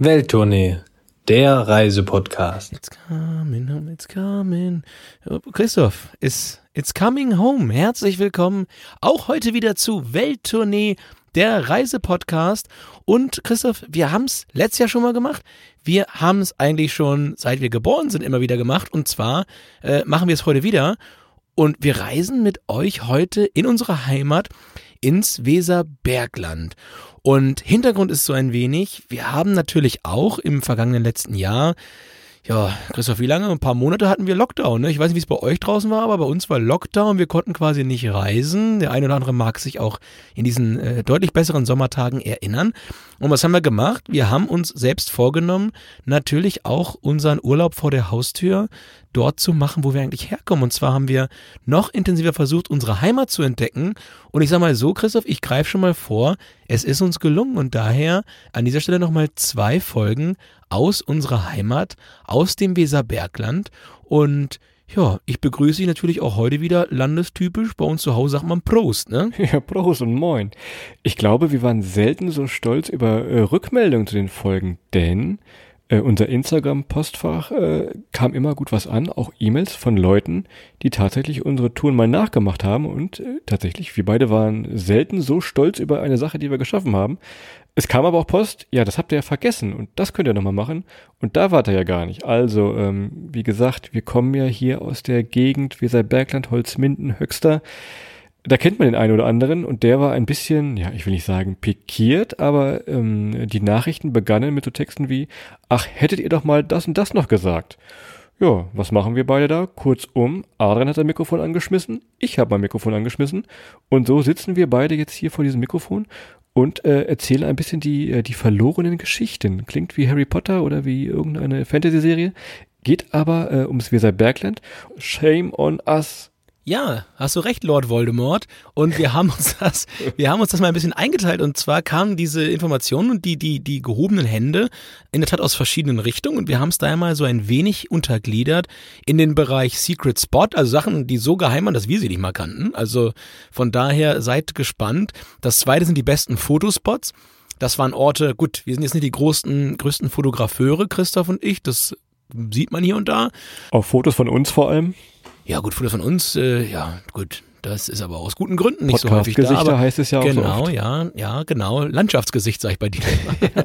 Welttournee, der Reisepodcast. It's coming home, it's coming. Christoph, it's coming home. Herzlich willkommen auch heute wieder zu Welttournee, der Reisepodcast. Und Christoph, wir haben es letztes Jahr schon mal gemacht. Wir haben es eigentlich schon, seit wir geboren sind, immer wieder gemacht. Und zwar machen wir es heute wieder. Und wir reisen mit euch heute in unsere Heimat ins Weserbergland. Und Hintergrund ist so ein wenig, wir haben natürlich auch im vergangenen letzten Jahr, ja, Christoph, wie lange? Ein paar Monate hatten wir Lockdown, ne? Ich weiß nicht, wie es bei euch draußen war, aber bei uns war Lockdown, wir konnten quasi nicht reisen. Der eine oder andere mag sich auch in diesen deutlich besseren Sommertagen erinnern. Und was haben wir gemacht? Wir haben uns selbst vorgenommen, natürlich auch unseren Urlaub vor der Haustür dort zu machen, wo wir eigentlich herkommen. Und zwar haben wir noch intensiver versucht, unsere Heimat zu entdecken. Und ich sage mal so, Christoph, ich greife schon mal vor, es ist uns gelungen. Und daher an dieser Stelle nochmal 2 Folgen aus unserer Heimat, aus dem Weserbergland. Und ja, ich begrüße Sie natürlich auch heute wieder landestypisch. Bei uns zu Hause sagt man Prost, ne? Ja, Prost und Moin. Ich glaube, wir waren selten so stolz über Rückmeldungen zu den Folgen, denn unser Instagram-Postfach kam immer gut was an, auch E-Mails von Leuten, die tatsächlich unsere Touren mal nachgemacht haben und tatsächlich, wir beide waren selten so stolz über eine Sache, die wir geschaffen haben. Es kam aber auch Post, ja, das habt ihr ja vergessen und das könnt ihr nochmal machen und da wart ihr ja gar nicht. Also, wie gesagt, wir kommen ja hier aus der Gegend Weserbergland, Holzminden, Höxter. Da kennt man den einen oder anderen und der war ein bisschen, ja, ich will nicht sagen pikiert, aber die Nachrichten begannen mit so Texten wie, ach, hättet ihr doch mal das und das noch gesagt. Ja, was machen wir beide da? Kurzum, Adrian hat sein Mikrofon angeschmissen, ich habe mein Mikrofon angeschmissen und so sitzen wir beide jetzt hier vor diesem Mikrofon und erzählen ein bisschen die verlorenen Geschichten. Klingt wie Harry Potter oder wie irgendeine Fantasy-Serie, geht aber ums Weserbergland. Shame on us. Ja, hast du recht, Lord Voldemort. Und wir haben uns das mal ein bisschen eingeteilt. Und zwar kamen diese Informationen und die gehobenen Hände in der Tat aus verschiedenen Richtungen. Und wir haben es da mal so ein wenig untergliedert in den Bereich Secret Spot, also Sachen, die so geheim waren, dass wir sie nicht mal kannten. Also von daher seid gespannt. Das zweite sind die besten Fotospots. Das waren Orte, gut, wir sind jetzt nicht die größten Fotografeure, Christoph und ich. Das sieht man hier und da. Auf Fotos von uns vor allem. Ja gut, Fotos von uns, ja gut, das ist aber aus guten Gründen nicht so häufig da. Podcast-Gesichter heißt es ja auch genau, so oft. Ja, genau, Landschaftsgesicht sag ich bei dir.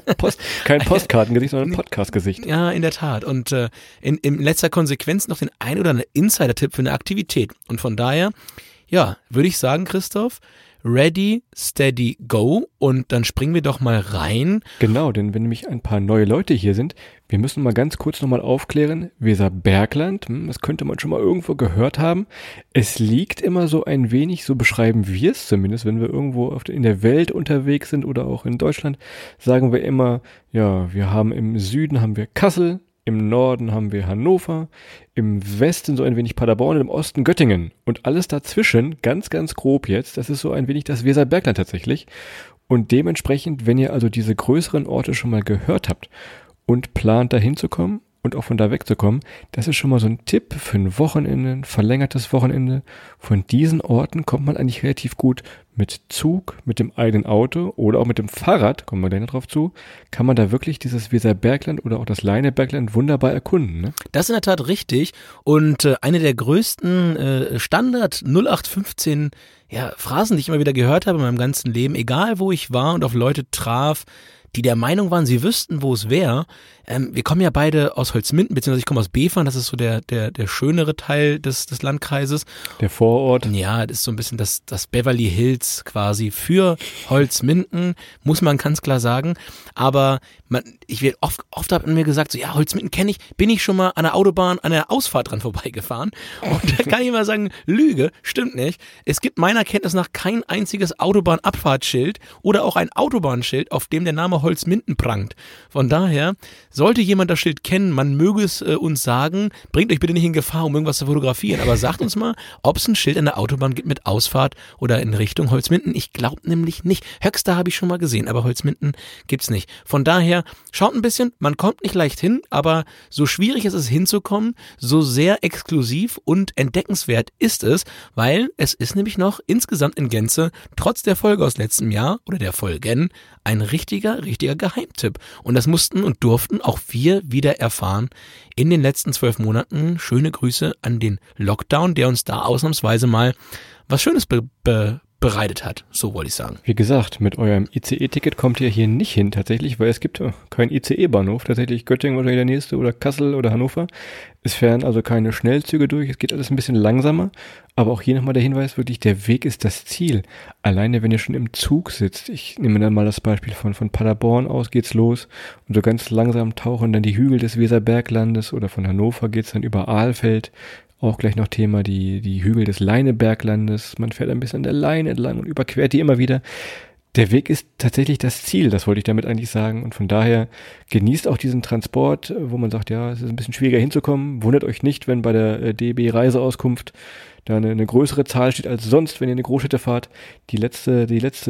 Kein Postkartengesicht, sondern Podcast-Gesicht. Ja, in der Tat und in letzter Konsequenz noch den ein oder anderen Insider-Tipp für eine Aktivität und von daher, ja, würde ich sagen, Christoph, ready, steady, go und dann springen wir doch mal rein. Genau, denn wenn nämlich ein paar neue Leute hier sind, wir müssen mal ganz kurz nochmal aufklären, Weserbergland, das könnte man schon mal irgendwo gehört haben. Es liegt immer so ein wenig, so beschreiben wir es zumindest, wenn wir irgendwo in der Welt unterwegs sind oder auch in Deutschland, sagen wir immer, ja, wir haben im Süden haben wir Kassel, im Norden haben wir Hannover, im Westen so ein wenig Paderborn und im Osten Göttingen. Und alles dazwischen, ganz, ganz grob jetzt, das ist so ein wenig das Weserbergland tatsächlich. Und dementsprechend, wenn ihr also diese größeren Orte schon mal gehört habt und plant dahin zu kommen und auch von da wegzukommen, das ist schon mal so ein Tipp für ein Wochenende, ein verlängertes Wochenende. Von diesen Orten kommt man eigentlich relativ gut mit Zug, mit dem eigenen Auto oder auch mit dem Fahrrad, kommen wir gleich noch drauf zu, kann man da wirklich dieses Weserbergland oder auch das Leinebergland wunderbar erkunden. Ne? Das ist in der Tat richtig und eine der größten Standard 0815 Phrasen, die ich immer wieder gehört habe in meinem ganzen Leben, egal wo ich war und auf Leute traf, die der Meinung waren, sie wüssten, wo es wäre. Wir kommen ja beide aus Holzminden, beziehungsweise ich komme aus Befern, das ist so der schönere Teil des Landkreises. Der Vorort. Ja, das ist so ein bisschen das Beverly Hills quasi für Holzminden, muss man ganz klar sagen. Aber oft hat man mir gesagt, so ja, Holzminden kenne ich, bin ich schon mal an der Autobahn, an der Ausfahrt dran vorbeigefahren. Und da kann ich mal sagen, Lüge, stimmt nicht. Es gibt meiner Kenntnis nach kein einziges Autobahnabfahrtsschild oder auch ein Autobahnschild, auf dem der Name Holzminden prangt. Von daher, sollte jemand das Schild kennen, man möge es uns sagen, bringt euch bitte nicht in Gefahr, um irgendwas zu fotografieren, aber sagt uns mal, ob es ein Schild an der Autobahn gibt mit Ausfahrt oder in Richtung Holzminden. Ich glaube nämlich nicht. Höxter habe ich schon mal gesehen, aber Holzminden gibt's nicht. Von daher, schaut ein bisschen, man kommt nicht leicht hin, aber so schwierig es ist hinzukommen, so sehr exklusiv und entdeckenswert ist es, weil es ist nämlich noch insgesamt in Gänze, trotz der Folge aus letztem Jahr oder der Folgen, ein richtiger richtiger Geheimtipp. Und das mussten und durften auch wir wieder erfahren in den letzten 12 Monaten. Schöne Grüße an den Lockdown, der uns da ausnahmsweise mal was Schönes bereitet hat, so wollte ich sagen. Wie gesagt, mit eurem ICE-Ticket kommt ihr hier nicht hin tatsächlich, weil es gibt keinen ICE-Bahnhof. Tatsächlich Göttingen wahrscheinlich der nächste oder Kassel oder Hannover. Es fahren also keine Schnellzüge durch, es geht alles ein bisschen langsamer. Aber auch hier nochmal der Hinweis, wirklich, der Weg ist das Ziel. Alleine, wenn ihr schon im Zug sitzt, ich nehme dann mal das Beispiel von Paderborn aus, geht's los und so ganz langsam tauchen dann die Hügel des Weserberglandes oder von Hannover geht's dann über Ahlfeld. Auch gleich noch Thema die Hügel des Leineberglandes. Man fährt ein bisschen an der Leine entlang und überquert die immer wieder. Der Weg ist tatsächlich das Ziel, das wollte ich damit eigentlich sagen. Und von daher genießt auch diesen Transport, wo man sagt, ja, es ist ein bisschen schwieriger hinzukommen. Wundert euch nicht, wenn bei der DB Reiseauskunft da eine größere Zahl steht als sonst, wenn ihr in eine Großstädte fahrt. Die letzte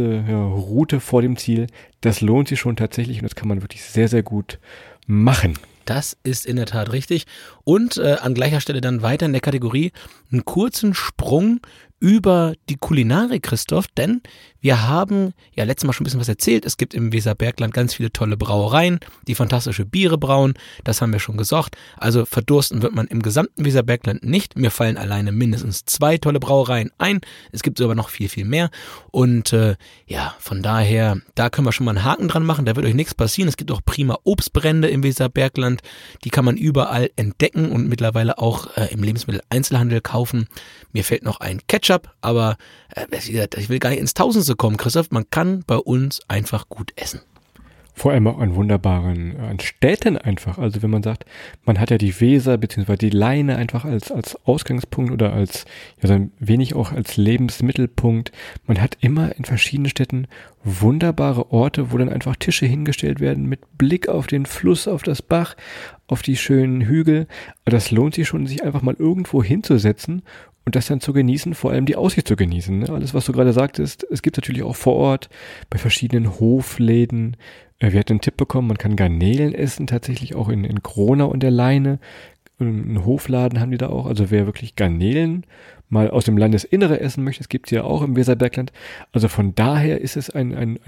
Route vor dem Ziel, das lohnt sich schon tatsächlich und das kann man wirklich sehr, sehr gut machen. Das ist in der Tat richtig. Und an gleicher Stelle dann weiter in der Kategorie einen kurzen Sprung über die Kulinarik, Christoph, denn wir haben ja letztes Mal schon ein bisschen was erzählt. Es gibt im Weserbergland ganz viele tolle Brauereien, die fantastische Biere brauen. Das haben wir schon gesagt. Also verdursten wird man im gesamten Weserbergland nicht. Mir fallen alleine mindestens 2 tolle Brauereien ein. Es gibt aber noch viel, viel mehr. Und von daher, da können wir schon mal einen Haken dran machen. Da wird euch nichts passieren. Es gibt auch prima Obstbrände im Weserbergland. Die kann man überall entdecken und mittlerweile auch im Lebensmitteleinzelhandel kaufen. Mir fällt noch ein Ketchup, aber ich will gar nicht ins Tausendste kommen, Christoph. Man kann bei uns einfach gut essen. Vor allem auch an Städten einfach. Also wenn man sagt, man hat ja die Weser bzw. die Leine einfach als Ausgangspunkt oder als, ja, so ein wenig auch als Lebensmittelpunkt. Man hat immer in verschiedenen Städten wunderbare Orte, wo dann einfach Tische hingestellt werden mit Blick auf den Fluss, auf das Bach, auf die schönen Hügel. Das lohnt sich schon, sich einfach mal irgendwo hinzusetzen und das dann zu genießen, vor allem die Aussicht zu genießen. Ne? Alles, was du gerade sagtest, es gibt natürlich auch vor Ort bei verschiedenen Hofläden. Wir hatten einen Tipp bekommen, man kann Garnelen essen, tatsächlich auch in Gronau und der Leine. Einen Hofladen haben die da auch. Also wer wirklich Garnelen mal aus dem Landesinnere essen möchte, das gibt es ja auch im Weserbergland. Also von daher ist es eine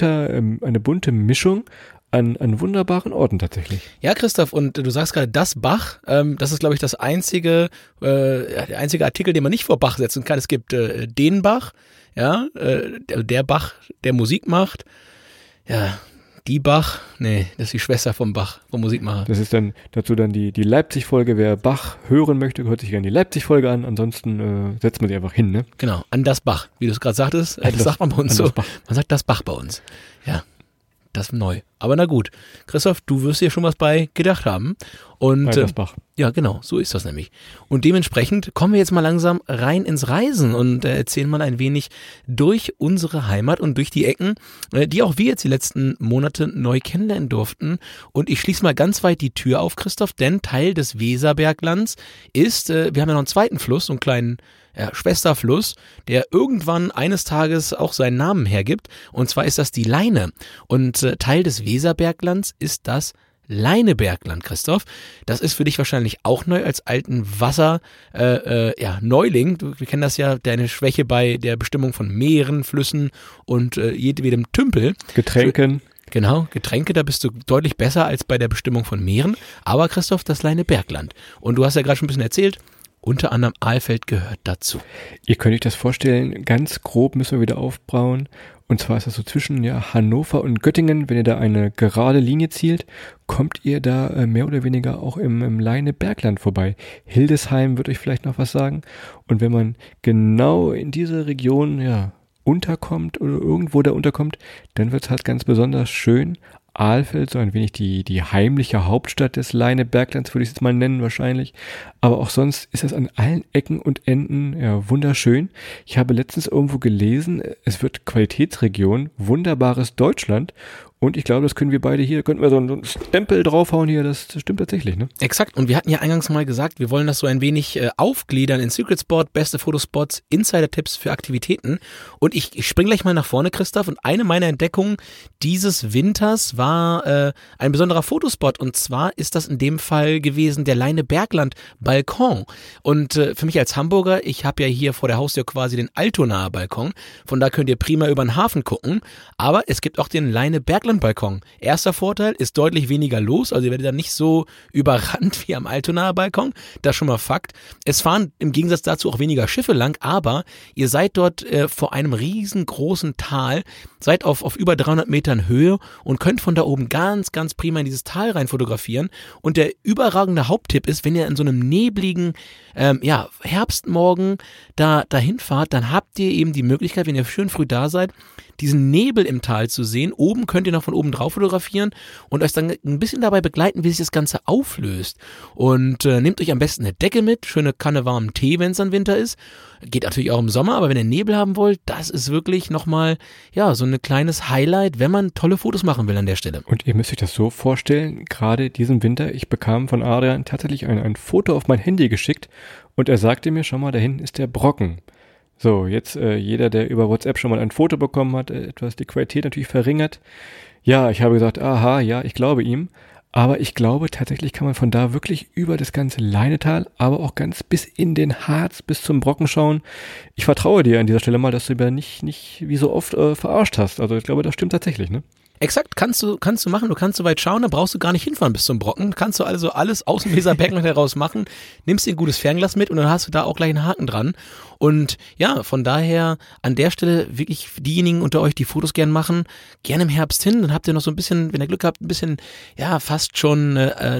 bunte Mischung an wunderbaren Orten tatsächlich. Ja, Christoph, und du sagst gerade das Bach, das ist, glaube ich, der einzige Artikel, den man nicht vor Bach setzen kann. Es gibt den Bach, ja, der Bach, der Musik macht, ja, die Bach, nee, das ist die Schwester vom Bach, vom Musikmacher. Das ist dann dazu dann die Leipzig-Folge, wer Bach hören möchte, hört sich gerne die Leipzig-Folge an, ansonsten setzt man sie einfach hin, ne? Genau, an das Bach, wie du es gerade sagtest, das sagt man bei uns so, man sagt das Bach bei uns, ja. Das ist neu. Aber na gut. Christoph, du wirst dir schon was bei gedacht haben. Und das Bach. Ja, genau, so ist das nämlich. Und dementsprechend kommen wir jetzt mal langsam rein ins Reisen und erzählen mal ein wenig durch unsere Heimat und durch die Ecken, die auch wir jetzt die letzten Monate neu kennenlernen durften. Und ich schließe mal ganz weit die Tür auf, Christoph, denn Teil des Weserberglands ist, wir haben ja noch einen zweiten Fluss, so einen kleinen Schwesterfluss, der irgendwann eines Tages auch seinen Namen hergibt. Und zwar ist das die Leine. Und Teil des Weserberglands ist das Leinebergland, Christoph. Das ist für dich wahrscheinlich auch neu als alten Neuling. Wir kennen das ja, deine Schwäche bei der Bestimmung von Meeren, Flüssen und jedem Tümpel. Getränken. Genau, Getränke, da bist du deutlich besser als bei der Bestimmung von Meeren. Aber Christoph, das Leinebergland. Und du hast ja gerade schon ein bisschen erzählt, unter anderem Ahlfeld gehört dazu. Ihr könnt euch das vorstellen, ganz grob müssen wir wieder aufbauen. Und zwar ist das so zwischen Hannover und Göttingen. Wenn ihr da eine gerade Linie zielt, kommt ihr da mehr oder weniger auch im Leinebergland vorbei. Hildesheim wird euch vielleicht noch was sagen. Und wenn man genau in diese Region unterkommt oder irgendwo da unterkommt, dann wird es halt ganz besonders schön. Ahlfeld, so ein wenig die heimliche Hauptstadt des Leineberglands, würde ich es jetzt mal nennen wahrscheinlich. Aber auch sonst ist das an allen Ecken und Enden wunderschön. Ich habe letztens irgendwo gelesen, es wird Qualitätsregion, wunderbares Deutschland. Und ich glaube, das können wir beide hier, könnten wir so einen Stempel draufhauen hier, das stimmt tatsächlich, ne? Exakt, und wir hatten ja eingangs mal gesagt, wir wollen das so ein wenig aufgliedern in Secret Spot, beste Fotospots, Insider-Tipps für Aktivitäten. Und ich spring gleich mal nach vorne, Christoph, und eine meiner Entdeckungen dieses Winters war ein besonderer Fotospot, und zwar ist das in dem Fall gewesen der Leinebergland-Balkon. Und für mich als Hamburger, ich habe ja hier vor der Haustür quasi den Altonaer Balkon, von da könnt ihr prima über den Hafen gucken, aber es gibt auch den Leinebergland Rundbalkon. Erster Vorteil ist deutlich weniger los, also ihr werdet dann nicht so überrannt wie am Altonaer Balkon, das schon mal Fakt. Es fahren im Gegensatz dazu auch weniger Schiffe lang, aber ihr seid dort vor einem riesengroßen Tal, seid auf über 300 Metern Höhe und könnt von da oben ganz, ganz prima in dieses Tal rein fotografieren. Und der überragende Haupttipp ist, wenn ihr in so einem nebligen Herbstmorgen dahin fahrt, dann habt ihr eben die Möglichkeit, wenn ihr schön früh da seid, diesen Nebel im Tal zu sehen. Oben könnt ihr noch von oben drauf fotografieren und euch dann ein bisschen dabei begleiten, wie sich das Ganze auflöst. Und nehmt euch am besten eine Decke mit, schöne Kanne warmen Tee, wenn es dann Winter ist. Geht natürlich auch im Sommer, aber wenn ihr Nebel haben wollt, das ist wirklich nochmal, so ein kleines Highlight, wenn man tolle Fotos machen will an der Stelle. Und ihr müsst euch das so vorstellen, gerade diesen Winter, ich bekam von Adrian tatsächlich ein Foto auf mein Handy geschickt und er sagte mir schon mal, da hinten ist der Brocken. So, jetzt jeder, der über WhatsApp schon mal ein Foto bekommen hat, etwas die Qualität natürlich verringert. Ja, ich habe gesagt, aha, ja, ich glaube ihm. Aber ich glaube, tatsächlich kann man von da wirklich über das ganze Leinetal, aber auch ganz bis in den Harz, bis zum Brocken schauen. Ich vertraue dir an dieser Stelle mal, dass du über nicht wie so oft verarscht hast. Also ich glaube, das stimmt tatsächlich, ne? Exakt, kannst du machen, du kannst so weit schauen, da brauchst du gar nicht hinfahren bis zum Brocken, kannst du also alles aus dem Weserbergland heraus machen, nimmst dir ein gutes Fernglas mit und dann hast du da auch gleich einen Haken dran und ja, von daher an der Stelle wirklich diejenigen unter euch, die Fotos gern machen, gerne im Herbst hin, dann habt ihr noch so ein bisschen, wenn ihr Glück habt, ein bisschen, fast schon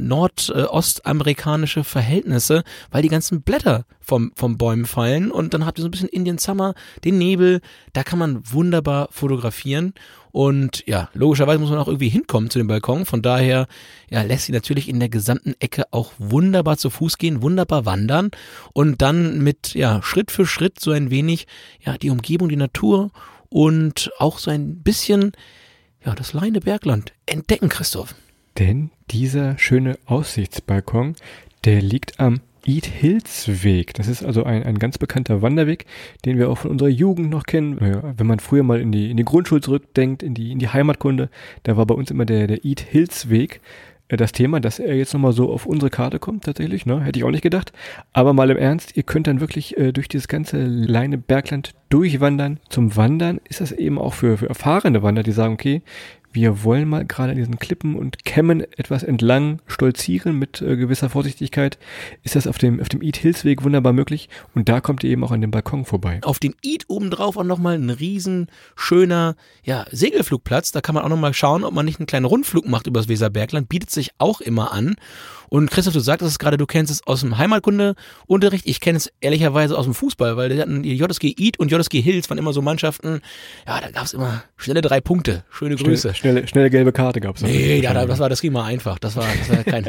nordostamerikanische Verhältnisse, weil die ganzen Blätter vom Bäumen fallen und dann habt ihr so ein bisschen Indian Summer, den Nebel, da kann man wunderbar fotografieren. Und ja, logischerweise muss man auch irgendwie hinkommen zu dem Balkon. Von daher lässt sich natürlich in der gesamten Ecke auch wunderbar zu Fuß gehen, wunderbar wandern und dann mit Schritt für Schritt so ein wenig die Umgebung, die Natur und auch so ein bisschen das Leinebergland entdecken, Christoph. Denn dieser schöne Aussichtsbalkon, der liegt am Eat Hills Weg. Das ist also ein ganz bekannter Wanderweg, den wir auch von unserer Jugend noch kennen. Ja, wenn man früher mal in die Grundschule zurückdenkt, in die Heimatkunde, da war bei uns immer der Eat Hills Weg das Thema, dass er jetzt nochmal so auf unsere Karte kommt tatsächlich, ne? Hätte ich auch nicht gedacht. Aber mal im Ernst, ihr könnt dann wirklich durch dieses ganze Leinebergland durchwandern. Zum Wandern ist das eben auch für erfahrene Wanderer, die sagen, okay, wir wollen mal gerade an diesen Klippen und Kämmen etwas entlang stolzieren mit gewisser Vorsichtigkeit. Ist das auf dem Eat Hills Weg wunderbar möglich und da kommt ihr eben auch an dem Balkon vorbei. Auf dem Eat obendrauf auch nochmal ein riesen schöner Segelflugplatz. Da kann man auch nochmal schauen, ob man nicht einen kleinen Rundflug macht übers Weserbergland. Bietet sich auch immer an. Und Christoph, du sagtest es gerade, du kennst es aus dem Heimatkundeunterricht. Ich kenne es ehrlicherweise aus dem Fußball, weil die hatten JSG Eat und JSG Hills waren immer so Mannschaften. Ja, da gab es immer schnelle 3 Punkte. Schöne Grüße. Schnelle gelbe Karte gab es. Nee, das ging mal einfach. Das war kein,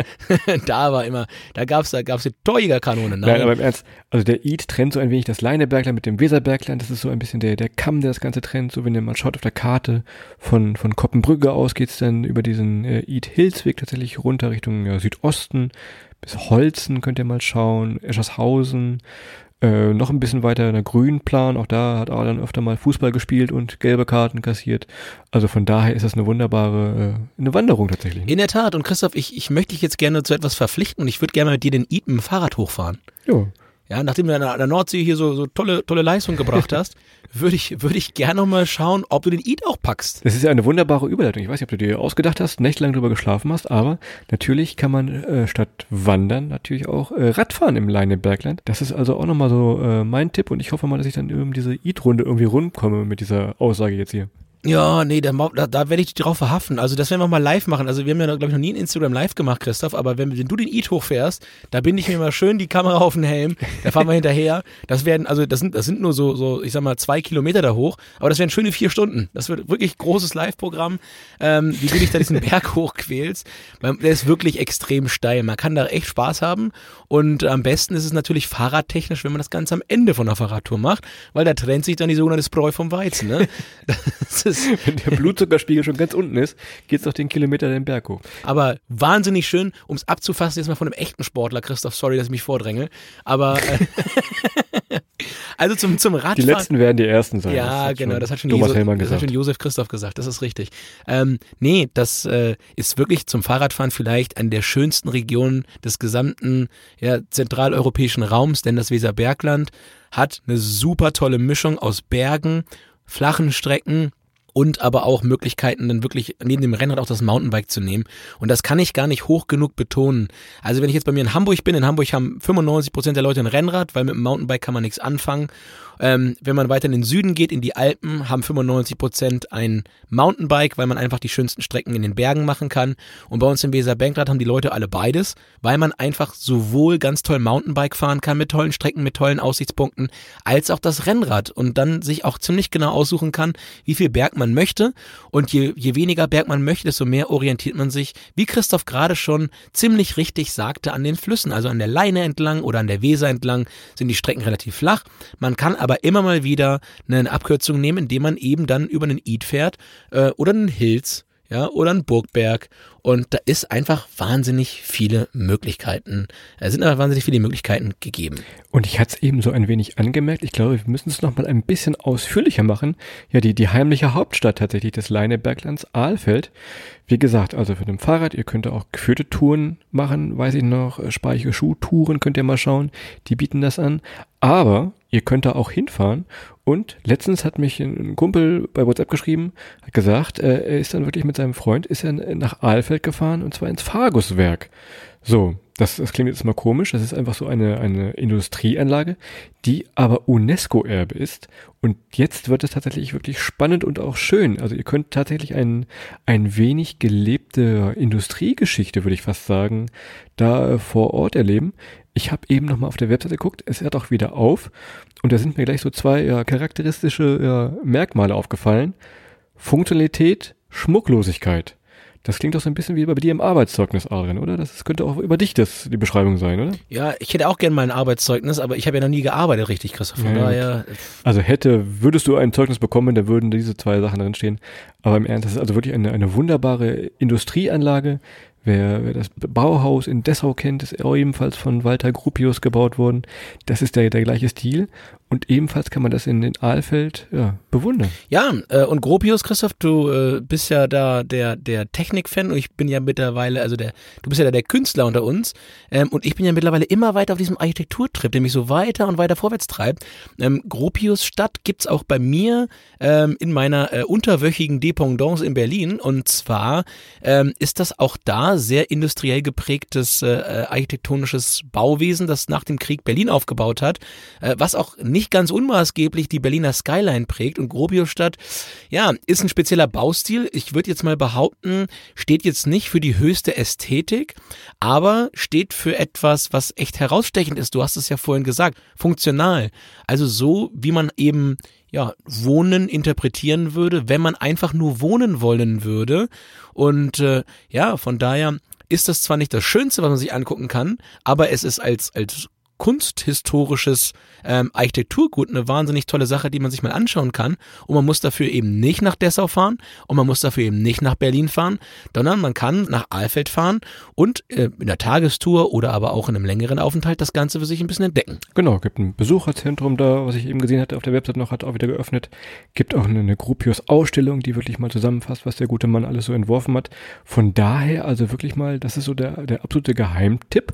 da gab's die Torjägerkanone. Nein, aber im Ernst, also der Eat trennt so ein wenig das Leinebergland mit dem Weserbergland. Das ist so ein bisschen der Kamm, der das Ganze trennt. So, wenn ihr mal schaut auf der Karte von Koppenbrügge aus geht's dann über diesen Eat Hills Weg tatsächlich runter Richtung Südosten. Bis Holzen könnt ihr mal schauen, Eschershausen, noch ein bisschen weiter in der Grünplan, auch da hat Adrian öfter mal Fußball gespielt und gelbe Karten kassiert. Also von daher ist das eine wunderbare eine Wanderung tatsächlich. In der Tat, und Christoph, ich möchte dich jetzt gerne zu etwas verpflichten und ich würde gerne mit dir den Eat mit dem Fahrrad hochfahren. Jo. Ja, nachdem du an der Nordsee hier so tolle Leistung gebracht hast, würde ich gerne noch mal schauen, ob du den Eat auch packst. Das ist ja eine wunderbare Überleitung. Ich weiß nicht, ob du dir ausgedacht hast, nächtelang drüber geschlafen hast, aber natürlich kann man statt Wandern natürlich auch Radfahren im Leinebergland. Das ist also auch nochmal so mein Tipp und ich hoffe mal, dass ich dann diese Eat-Runde irgendwie rundkomme mit dieser Aussage jetzt hier. Ja, nee, da werde ich dich drauf verhaften. Also das werden wir mal live machen. Also wir haben ja, glaube ich, noch nie ein Instagram live gemacht, Christoph, aber wenn du den Eat hochfährst, da binde ich mir mal schön die Kamera auf den Helm, da fahren wir hinterher. Das sind nur so, ich sag mal, 2 Kilometer da hoch, aber das wären schöne 4 Stunden. Das wird wirklich großes Live-Programm, wie du dich da diesen Berg hochquälst. Der ist wirklich extrem steil. Man kann da echt Spaß haben und am besten ist es natürlich fahrradtechnisch, wenn man das Ganze am Ende von der Fahrradtour macht, weil da trennt sich dann die sogenannte Spreu vom Weizen, ne? Das ist wenn der Blutzuckerspiegel schon ganz unten ist, geht's doch den Kilometer den Berg hoch. Aber wahnsinnig schön, um es abzufassen, jetzt mal von einem echten Sportler, Christoph, sorry, dass ich mich vordränge, aber also zum Radfahren. Die letzten werden die ersten sein. Ja, genau, das hat schon Josef Christoph gesagt, das ist richtig. Nee, das ist wirklich zum Fahrradfahren vielleicht eine der schönsten Regionen des gesamten zentraleuropäischen Raums, denn das Weserbergland hat eine super tolle Mischung aus Bergen, flachen Strecken und aber auch Möglichkeiten, dann wirklich neben dem Rennrad auch das Mountainbike zu nehmen. Und das kann ich gar nicht hoch genug betonen. Also wenn ich jetzt bei mir in Hamburg bin, in Hamburg haben 95% der Leute ein Rennrad, weil mit dem Mountainbike kann man nichts anfangen. Wenn man weiter in den Süden geht, in die Alpen, haben 95% ein Mountainbike, weil man einfach die schönsten Strecken in den Bergen machen kann. Und bei uns im Weserbergland haben die Leute alle beides, weil man einfach sowohl ganz toll Mountainbike fahren kann mit tollen Strecken, mit tollen Aussichtspunkten, als auch das Rennrad und dann sich auch ziemlich genau aussuchen kann, wie viel Berg man möchte. Und je weniger Berg man möchte, desto mehr orientiert man sich, wie Christoph gerade schon ziemlich richtig sagte, an den Flüssen. Also an der Leine entlang oder an der Weser entlang sind die Strecken relativ flach. Man kann aber immer mal wieder eine Abkürzung nehmen, indem man eben dann über einen Id fährt oder einen Hills, ja, oder einen Burgberg. Und da ist einfach wahnsinnig viele Möglichkeiten. Es sind aber wahnsinnig viele Möglichkeiten gegeben. Und ich hatte es eben so ein wenig angemerkt. Ich glaube, wir müssen es noch mal ein bisschen ausführlicher machen. Ja, die heimliche Hauptstadt tatsächlich des Leineberglands, Alfeld. Wie gesagt, also für dem Fahrrad, ihr könnt auch geführte Touren machen, weiß ich noch, Speiche Schuhtouren könnt ihr mal schauen. Die bieten das an. Aber ihr könnt da auch hinfahren. Und letztens hat mich ein Kumpel bei WhatsApp geschrieben, hat gesagt, er ist dann wirklich mit seinem Freund, ist er nach Alfeld gefahren und zwar ins Farguswerk. So, das klingt jetzt mal komisch, das ist einfach so eine Industrieanlage, die aber UNESCO-Erbe ist und jetzt wird es tatsächlich wirklich spannend und auch schön. Also ihr könnt tatsächlich ein wenig gelebte Industriegeschichte, würde ich fast sagen, da vor Ort erleben. Ich habe eben nochmal auf der Webseite geguckt, es hört auch wieder auf und da sind mir gleich so zwei charakteristische Merkmale aufgefallen. Funktionalität, Schmucklosigkeit. Das klingt doch so ein bisschen wie bei dir im Arbeitszeugnis, Adrian, oder? Das könnte auch über dich die Beschreibung sein, oder? Ja, ich hätte auch gerne mal ein Arbeitszeugnis, aber ich habe ja noch nie gearbeitet, richtig, Christoph. Von daher. Also würdest du ein Zeugnis bekommen, da würden diese zwei Sachen drinstehen. Aber im Ernst, das ist also wirklich eine wunderbare Industrieanlage. Wer das Bauhaus in Dessau kennt, ist auch ebenfalls von Walter Gropius gebaut worden. Das ist der gleiche Stil. Und ebenfalls kann man das in Alfeld bewundern. Ja, und Gropius, Christoph, du bist ja da der Technik-Fan und ich bin ja mittlerweile, also du bist ja da der Künstler unter uns und ich bin ja mittlerweile immer weiter auf diesem Architekturtrip, der mich so weiter und weiter vorwärts treibt. Gropius-Stadt gibt's auch bei mir in meiner unterwöchigen Dependance in Berlin und zwar ist das auch da sehr industriell geprägtes architektonisches Bauwesen, das nach dem Krieg Berlin aufgebaut hat, was auch nicht ganz unmaßgeblich die Berliner Skyline prägt und Gropiusstadt, ja, ist ein spezieller Baustil. Ich würde jetzt mal behaupten, steht jetzt nicht für die höchste Ästhetik, aber steht für etwas, was echt herausstechend ist. Du hast es ja vorhin gesagt, funktional. Also so, wie man eben Wohnen interpretieren würde, wenn man einfach nur wohnen wollen würde. Und von daher ist das zwar nicht das Schönste, was man sich angucken kann, aber es ist als kunsthistorisches Architekturgut eine wahnsinnig tolle Sache, die man sich mal anschauen kann. Und man muss dafür eben nicht nach Dessau fahren und man muss dafür eben nicht nach Berlin fahren, sondern man kann nach Alfeld fahren und in der Tagestour oder aber auch in einem längeren Aufenthalt das Ganze für sich ein bisschen entdecken. Genau, gibt ein Besucherzentrum da, was ich eben gesehen hatte auf der Website noch, hat auch wieder geöffnet. Gibt auch eine Gropius-Ausstellung, die wirklich mal zusammenfasst, was der gute Mann alles so entworfen hat. Von daher also wirklich mal, das ist so der absolute Geheimtipp.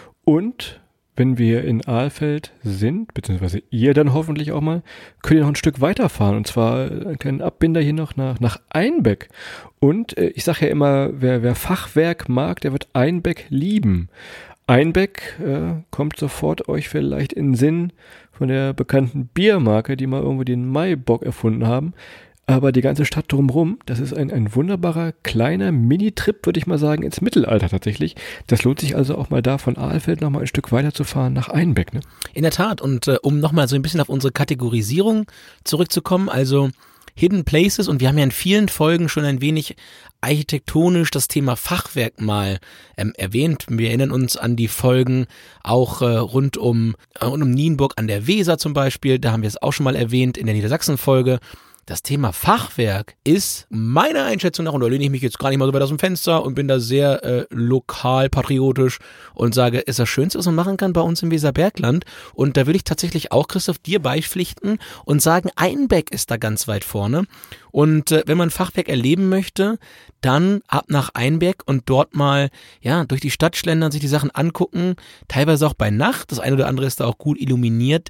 Und wenn wir in Alfeld sind, beziehungsweise ihr dann hoffentlich auch mal, könnt ihr noch ein Stück weiterfahren. Und zwar einen kleinen Abbinder hier noch nach Einbeck. Und ich sage ja immer, wer Fachwerk mag, der wird Einbeck lieben. Einbeck kommt sofort euch vielleicht in den Sinn von der bekannten Biermarke, die mal irgendwo den Maibock erfunden haben. Aber die ganze Stadt drumherum, das ist ein wunderbarer, kleiner Mini-Trip, würde ich mal sagen, ins Mittelalter tatsächlich. Das lohnt sich also auch mal da von Alfeld nochmal ein Stück weiter zu fahren nach Einbeck, ne? In der Tat. Und um nochmal so ein bisschen auf unsere Kategorisierung zurückzukommen, also Hidden Places, und wir haben ja in vielen Folgen schon ein wenig architektonisch das Thema Fachwerk mal erwähnt. Wir erinnern uns an die Folgen auch rund um Nienburg an der Weser zum Beispiel. Da haben wir es auch schon mal erwähnt in der Niedersachsen-Folge. Das Thema Fachwerk ist meiner Einschätzung nach, und da lehne ich mich jetzt gar nicht mal so weit aus dem Fenster und bin da sehr lokal patriotisch und sage, ist das Schönste, was man machen kann bei uns im Weserbergland. Und da will ich tatsächlich auch, Christoph, dir beipflichten und sagen, Einbeck ist da ganz weit vorne. Und wenn man Fachwerk erleben möchte, dann ab nach Einbeck und dort mal durch die Stadt schlendern, sich die Sachen angucken, teilweise auch bei Nacht. Das eine oder andere ist da auch gut illuminiert im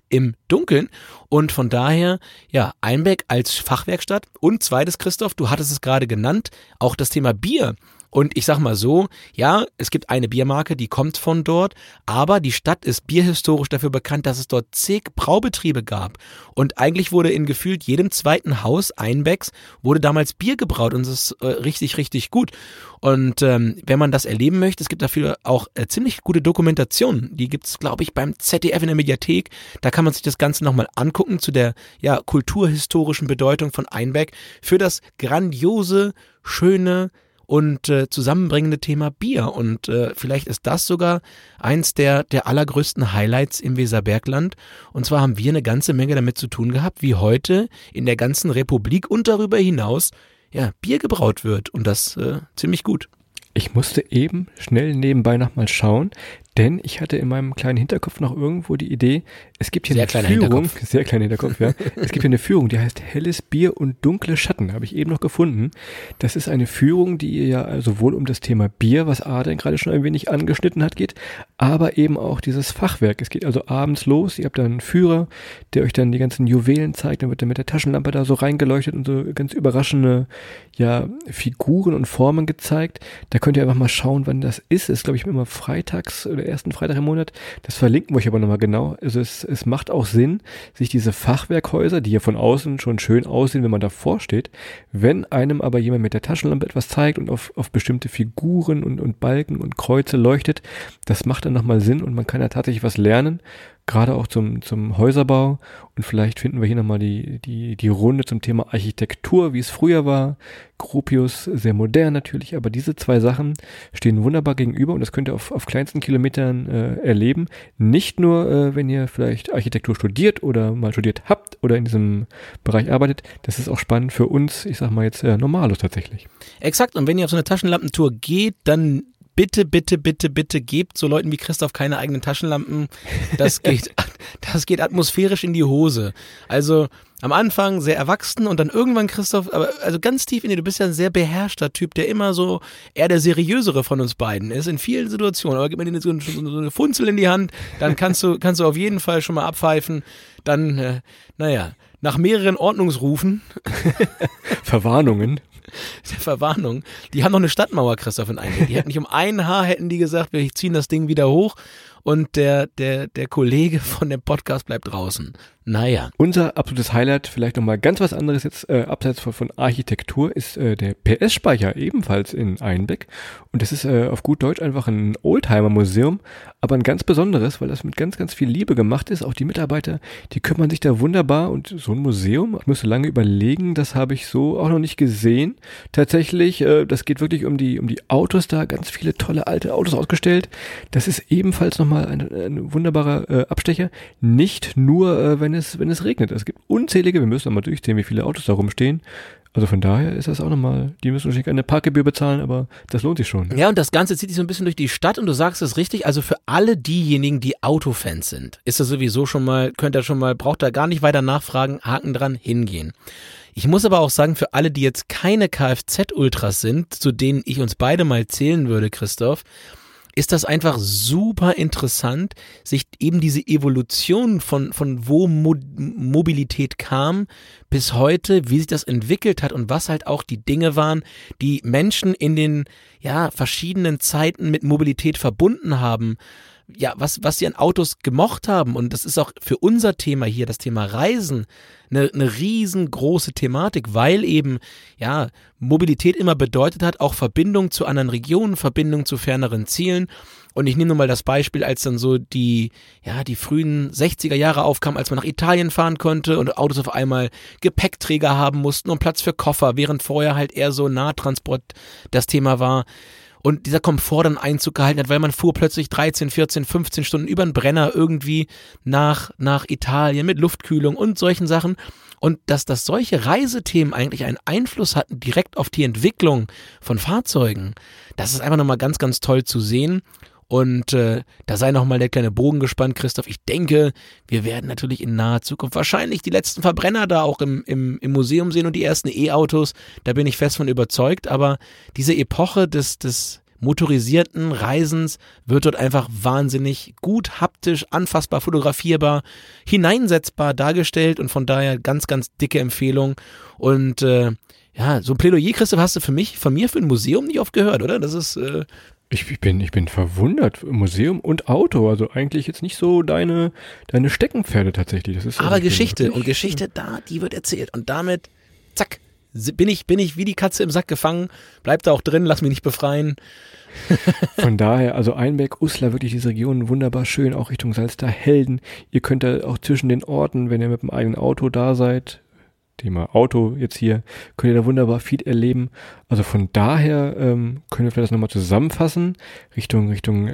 Dunkeln. Und von daher, ja, Einbeck als Fachwerkstatt. Und zweites, Christoph, du hattest es gerade genannt, auch das Thema Bier. Und ich sag mal so, ja, es gibt eine Biermarke, die kommt von dort, aber die Stadt ist bierhistorisch dafür bekannt, dass es dort zig Braubetriebe gab. Und eigentlich wurde in gefühlt jedem zweiten Haus Einbecks wurde damals Bier gebraut und das ist richtig, richtig gut. Und wenn man das erleben möchte, es gibt dafür auch ziemlich gute Dokumentationen. Die gibt's, glaube ich, beim ZDF in der Mediathek. Da kann man sich das Ganze nochmal angucken zu der ja kulturhistorischen Bedeutung von Einbeck für das grandiose, schöne und zusammenbringende Thema Bier. Und vielleicht ist das sogar eins der allergrößten Highlights im Weserbergland. Und zwar haben wir eine ganze Menge damit zu tun gehabt, wie heute in der ganzen Republik und darüber hinaus ja, Bier gebraut wird. Und das ziemlich gut. Ich musste eben schnell nebenbei nochmal schauen, denn ich hatte in meinem kleinen Hinterkopf noch irgendwo die Idee, es gibt hier eine Führung, sehr kleiner Hinterkopf, ja. Es gibt hier eine Führung, die heißt Helles Bier und dunkle Schatten, habe ich eben noch gefunden. Das ist eine Führung, die ja sowohl um das Thema Bier, was Adrian gerade schon ein wenig angeschnitten hat, geht, aber eben auch dieses Fachwerk. Es geht also abends los, ihr habt da einen Führer, der euch dann die ganzen Juwelen zeigt, dann wird er mit der Taschenlampe da so reingeleuchtet und so ganz überraschende, ja, Figuren und Formen gezeigt. Da könnt ihr einfach mal schauen, wann das ist. Das ist, glaube ich, immer freitags oder ersten Freitag im Monat. Das verlinken wir euch aber nochmal genau. Also es macht auch Sinn, sich diese Fachwerkhäuser, die ja von außen schon schön aussehen, wenn man davor steht, wenn einem aber jemand mit der Taschenlampe etwas zeigt und auf bestimmte Figuren und Balken und Kreuze leuchtet, das macht dann nochmal Sinn und man kann ja tatsächlich was lernen, gerade auch zum Häuserbau. Und vielleicht finden wir hier nochmal die Runde zum Thema Architektur, wie es früher war. Gropius, sehr modern natürlich, aber diese zwei Sachen stehen wunderbar gegenüber und das könnt ihr auf kleinsten Kilometern erleben. Nicht nur, wenn ihr vielleicht Architektur studiert oder mal studiert habt oder in diesem Bereich arbeitet, das ist auch spannend für uns, ich sag mal jetzt Normalos tatsächlich. Exakt, und wenn ihr auf so eine Taschenlampentour geht, dann bitte gebt so Leuten wie Christoph keine eigenen Taschenlampen. Das geht atmosphärisch in die Hose. Also am Anfang sehr erwachsen und dann irgendwann Christoph, aber also ganz tief in dir, du bist ja ein sehr beherrschter Typ, der immer so eher der seriösere von uns beiden ist in vielen Situationen. Aber gib mir denen so eine Funzel in die Hand, dann kannst du auf jeden Fall schon mal abpfeifen. Dann, nach mehreren Ordnungsrufen. Verwarnungen. Der Verwarnung. Die haben noch eine Stadtmauer, Christoph, in Einbeck. Die hätten nicht um ein Haar, hätten die gesagt, wir ziehen das Ding wieder hoch und der Kollege von dem Podcast bleibt draußen. Naja. Unser absolutes Highlight, vielleicht nochmal ganz was anderes jetzt, abseits von Architektur, ist der PS-Speicher, ebenfalls in Einbeck. Und das ist auf gut Deutsch einfach ein Oldtimer-Museum, aber ein ganz besonderes, weil das mit ganz, ganz viel Liebe gemacht ist. Auch die Mitarbeiter, die kümmern sich da wunderbar und so ein Museum, ich musste lange überlegen, das habe ich so auch noch nicht gesehen. Tatsächlich, das geht wirklich um die Autos da, ganz viele tolle alte Autos ausgestellt. Das ist ebenfalls nochmal ein wunderbarer Abstecher. Nicht nur, wenn es regnet. Es gibt unzählige, wir müssen nochmal durchzählen, wie viele Autos da rumstehen. Also von daher ist das auch nochmal, die müssen wahrscheinlich eine Parkgebühr bezahlen, aber das lohnt sich schon. Ja, und das Ganze zieht sich so ein bisschen durch die Stadt und du sagst es richtig, also für alle diejenigen, die Autofans sind, ist das sowieso schon mal, braucht da gar nicht weiter nachfragen, Haken dran, hingehen. Ich muss aber auch sagen, für alle, die jetzt keine Kfz-Ultras sind, zu denen ich uns beide mal zählen würde, Christoph, ist das einfach super interessant, sich eben diese Evolution von wo Mobilität kam bis heute, wie sich das entwickelt hat und was halt auch die Dinge waren, die Menschen in den verschiedenen Zeiten mit Mobilität verbunden haben. Ja, was sie an Autos gemocht haben, und das ist auch für unser Thema hier, das Thema Reisen, eine riesengroße Thematik, weil eben, Mobilität immer bedeutet hat, auch Verbindung zu anderen Regionen, Verbindung zu ferneren Zielen. Und ich nehme nur mal das Beispiel, als dann so die frühen 60er Jahre aufkamen, als man nach Italien fahren konnte und Autos auf einmal Gepäckträger haben mussten und Platz für Koffer, während vorher halt eher so Nahtransport das Thema war. Und dieser Komfort dann Einzug gehalten hat, weil man fuhr plötzlich 13, 14, 15 Stunden über den Brenner irgendwie nach Italien mit Luftkühlung und solchen Sachen. Und dass solche Reisethemen eigentlich einen Einfluss hatten direkt auf die Entwicklung von Fahrzeugen, das ist einfach nochmal ganz, ganz toll zu sehen. Und da sei nochmal der kleine Bogen gespannt, Christoph. Ich denke, wir werden natürlich in naher Zukunft wahrscheinlich die letzten Verbrenner da auch im Museum sehen und die ersten E-Autos. Da bin ich fest von überzeugt. Aber diese Epoche des motorisierten Reisens wird dort einfach wahnsinnig gut, haptisch, anfassbar, fotografierbar, hineinsetzbar dargestellt und von daher ganz, ganz dicke Empfehlung. Und ja, so ein Plädoyer, Christoph, hast du von mir für ein Museum nicht oft gehört, oder? Das ist Ich bin verwundert. Museum und Auto, also eigentlich jetzt nicht so deine Steckenpferde tatsächlich. Das ist aber Geschichte und Geschichte die wird erzählt und damit, zack, bin ich wie die Katze im Sack gefangen, bleib da auch drin, lass mich nicht befreien. Von daher, also Einbeck, Uslar, wirklich diese Region wunderbar schön, auch Richtung Salzderhelden. Ihr könnt da auch zwischen den Orten, wenn ihr mit dem eigenen Auto da seid, Thema Auto jetzt hier, könnt ihr da wunderbar viel erleben. Also von daher können wir vielleicht das nochmal zusammenfassen, Richtung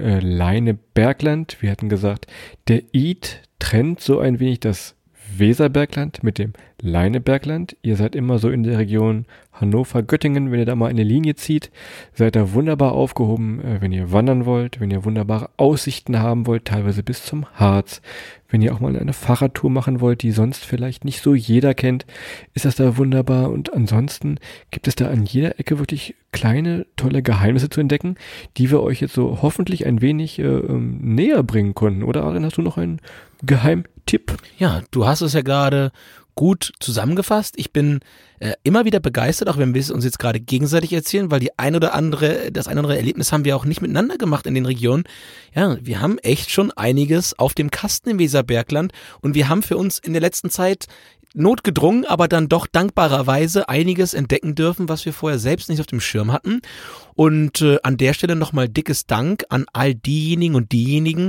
Leine-Bergland. Wir hatten gesagt, der Id trennt so ein wenig das Weserbergland mit dem Leinebergland. Ihr seid immer so in der Region Hannover-Göttingen, wenn ihr da mal eine Linie zieht, seid da wunderbar aufgehoben, wenn ihr wandern wollt, wenn ihr wunderbare Aussichten haben wollt, teilweise bis zum Harz. Wenn ihr auch mal eine Fahrradtour machen wollt, die sonst vielleicht nicht so jeder kennt, ist das da wunderbar. Und ansonsten gibt es da an jeder Ecke wirklich kleine, tolle Geheimnisse zu entdecken, die wir euch jetzt so hoffentlich ein wenig näher bringen konnten. Oder Adrian, hast du noch einen Geheimtipp? Ja, du hast es ja gerade gut zusammengefasst. Ich bin immer wieder begeistert, auch wenn wir es uns jetzt gerade gegenseitig erzählen, weil das ein oder andere Erlebnis haben wir auch nicht miteinander gemacht in den Regionen. Ja, wir haben echt schon einiges auf dem Kasten im Weserbergland und wir haben für uns in der letzten Zeit notgedrungen, aber dann doch dankbarerweise einiges entdecken dürfen, was wir vorher selbst nicht auf dem Schirm hatten. Und an der Stelle nochmal dickes Dank an all diejenigen und diejenigen,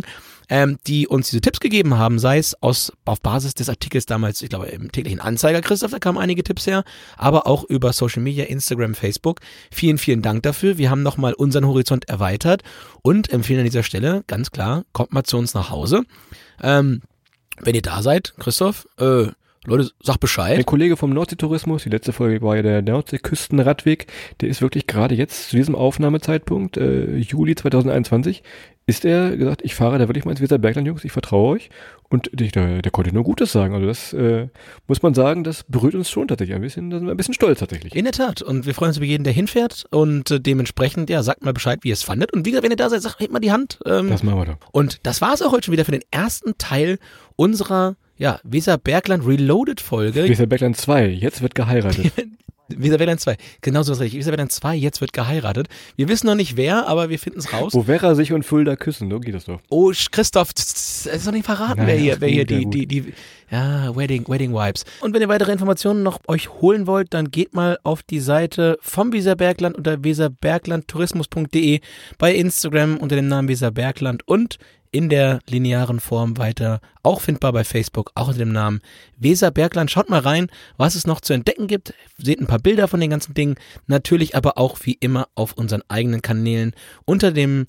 die uns diese Tipps gegeben haben, sei es auf Basis des Artikels damals, ich glaube im täglichen Anzeiger, Christoph, da kamen einige Tipps her, aber auch über Social Media, Instagram, Facebook. Vielen, vielen Dank dafür. Wir haben nochmal unseren Horizont erweitert und empfehlen an dieser Stelle, ganz klar, kommt mal zu uns nach Hause. Wenn ihr da seid, Christoph, Leute, sag Bescheid. Ein Kollege vom Nordseetourismus, die letzte Folge war ja der Nordseeküstenradweg, der ist wirklich gerade jetzt zu diesem Aufnahmezeitpunkt, Juli 2021, ist er gesagt, ich fahre da wirklich mal ins Weserbergland, Jungs, ich vertraue euch. Und der konnte nur Gutes sagen. Also das muss man sagen, das berührt uns schon tatsächlich ein bisschen, da sind wir ein bisschen stolz tatsächlich. In der Tat. Und wir freuen uns über jeden, der hinfährt. Und dementsprechend, ja, sagt mal Bescheid, wie ihr es fandet. Und wie gesagt, wenn ihr da seid, sagt, hebt mal die Hand. Das machen wir doch. Und das war es auch heute schon wieder für den ersten Teil unserer Weserbergland Reloaded Folge. Weserbergland 2, jetzt wird geheiratet. Weserbergland 2, genau so ist richtig. Weserbergland 2, jetzt wird geheiratet. Wir wissen noch nicht wer, aber wir finden es raus. Wo Werra sich und Fulda küssen, so geht das doch. Oh, Christoph, es ist noch nicht verraten, wer hier die Wedding Vibes. Und wenn ihr weitere Informationen noch euch holen wollt, dann geht mal auf die Seite vom Weserbergland unter weserberglandtourismus.de, bei Instagram unter dem Namen Weserbergland und in der linearen Form weiter, auch findbar bei Facebook, auch unter dem Namen Weserbergland. Schaut mal rein, was es noch zu entdecken gibt. Seht ein paar Bilder von den ganzen Dingen. Natürlich aber auch wie immer auf unseren eigenen Kanälen unter dem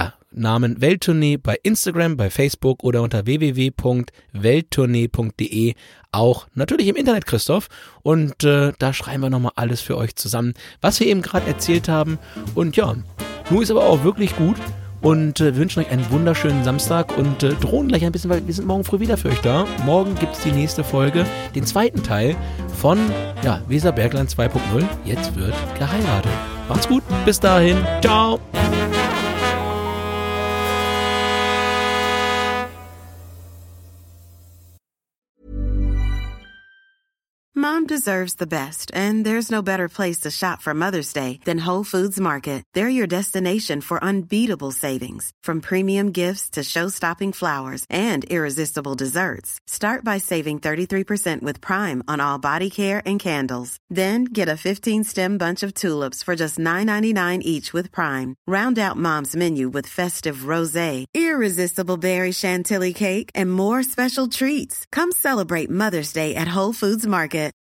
Namen Welttournee bei Instagram, bei Facebook oder unter www.welttournee.de. Auch natürlich im Internet, Christoph. Und da schreiben wir nochmal alles für euch zusammen, was wir eben gerade erzählt haben. Und ja, nun ist aber auch wirklich gut. Und wir wünschen euch einen wunderschönen Samstag und drohen gleich ein bisschen, weil wir sind morgen früh wieder für euch da. Morgen gibt es die nächste Folge, den zweiten Teil von Weserbergland 2.0. Jetzt wird geheiratet. Macht's gut, bis dahin, ciao! Mom deserves the best, and there's no better place to shop for Mother's Day than Whole Foods Market. They're your destination for unbeatable savings, from premium gifts to show-stopping flowers and irresistible desserts. Start by saving 33% with Prime on all body care and candles. Then get a 15-stem bunch of tulips for just $9.99 each with Prime. Round out Mom's menu with festive rosé, irresistible berry chantilly cake, and more special treats. Come celebrate Mother's Day at Whole Foods Market.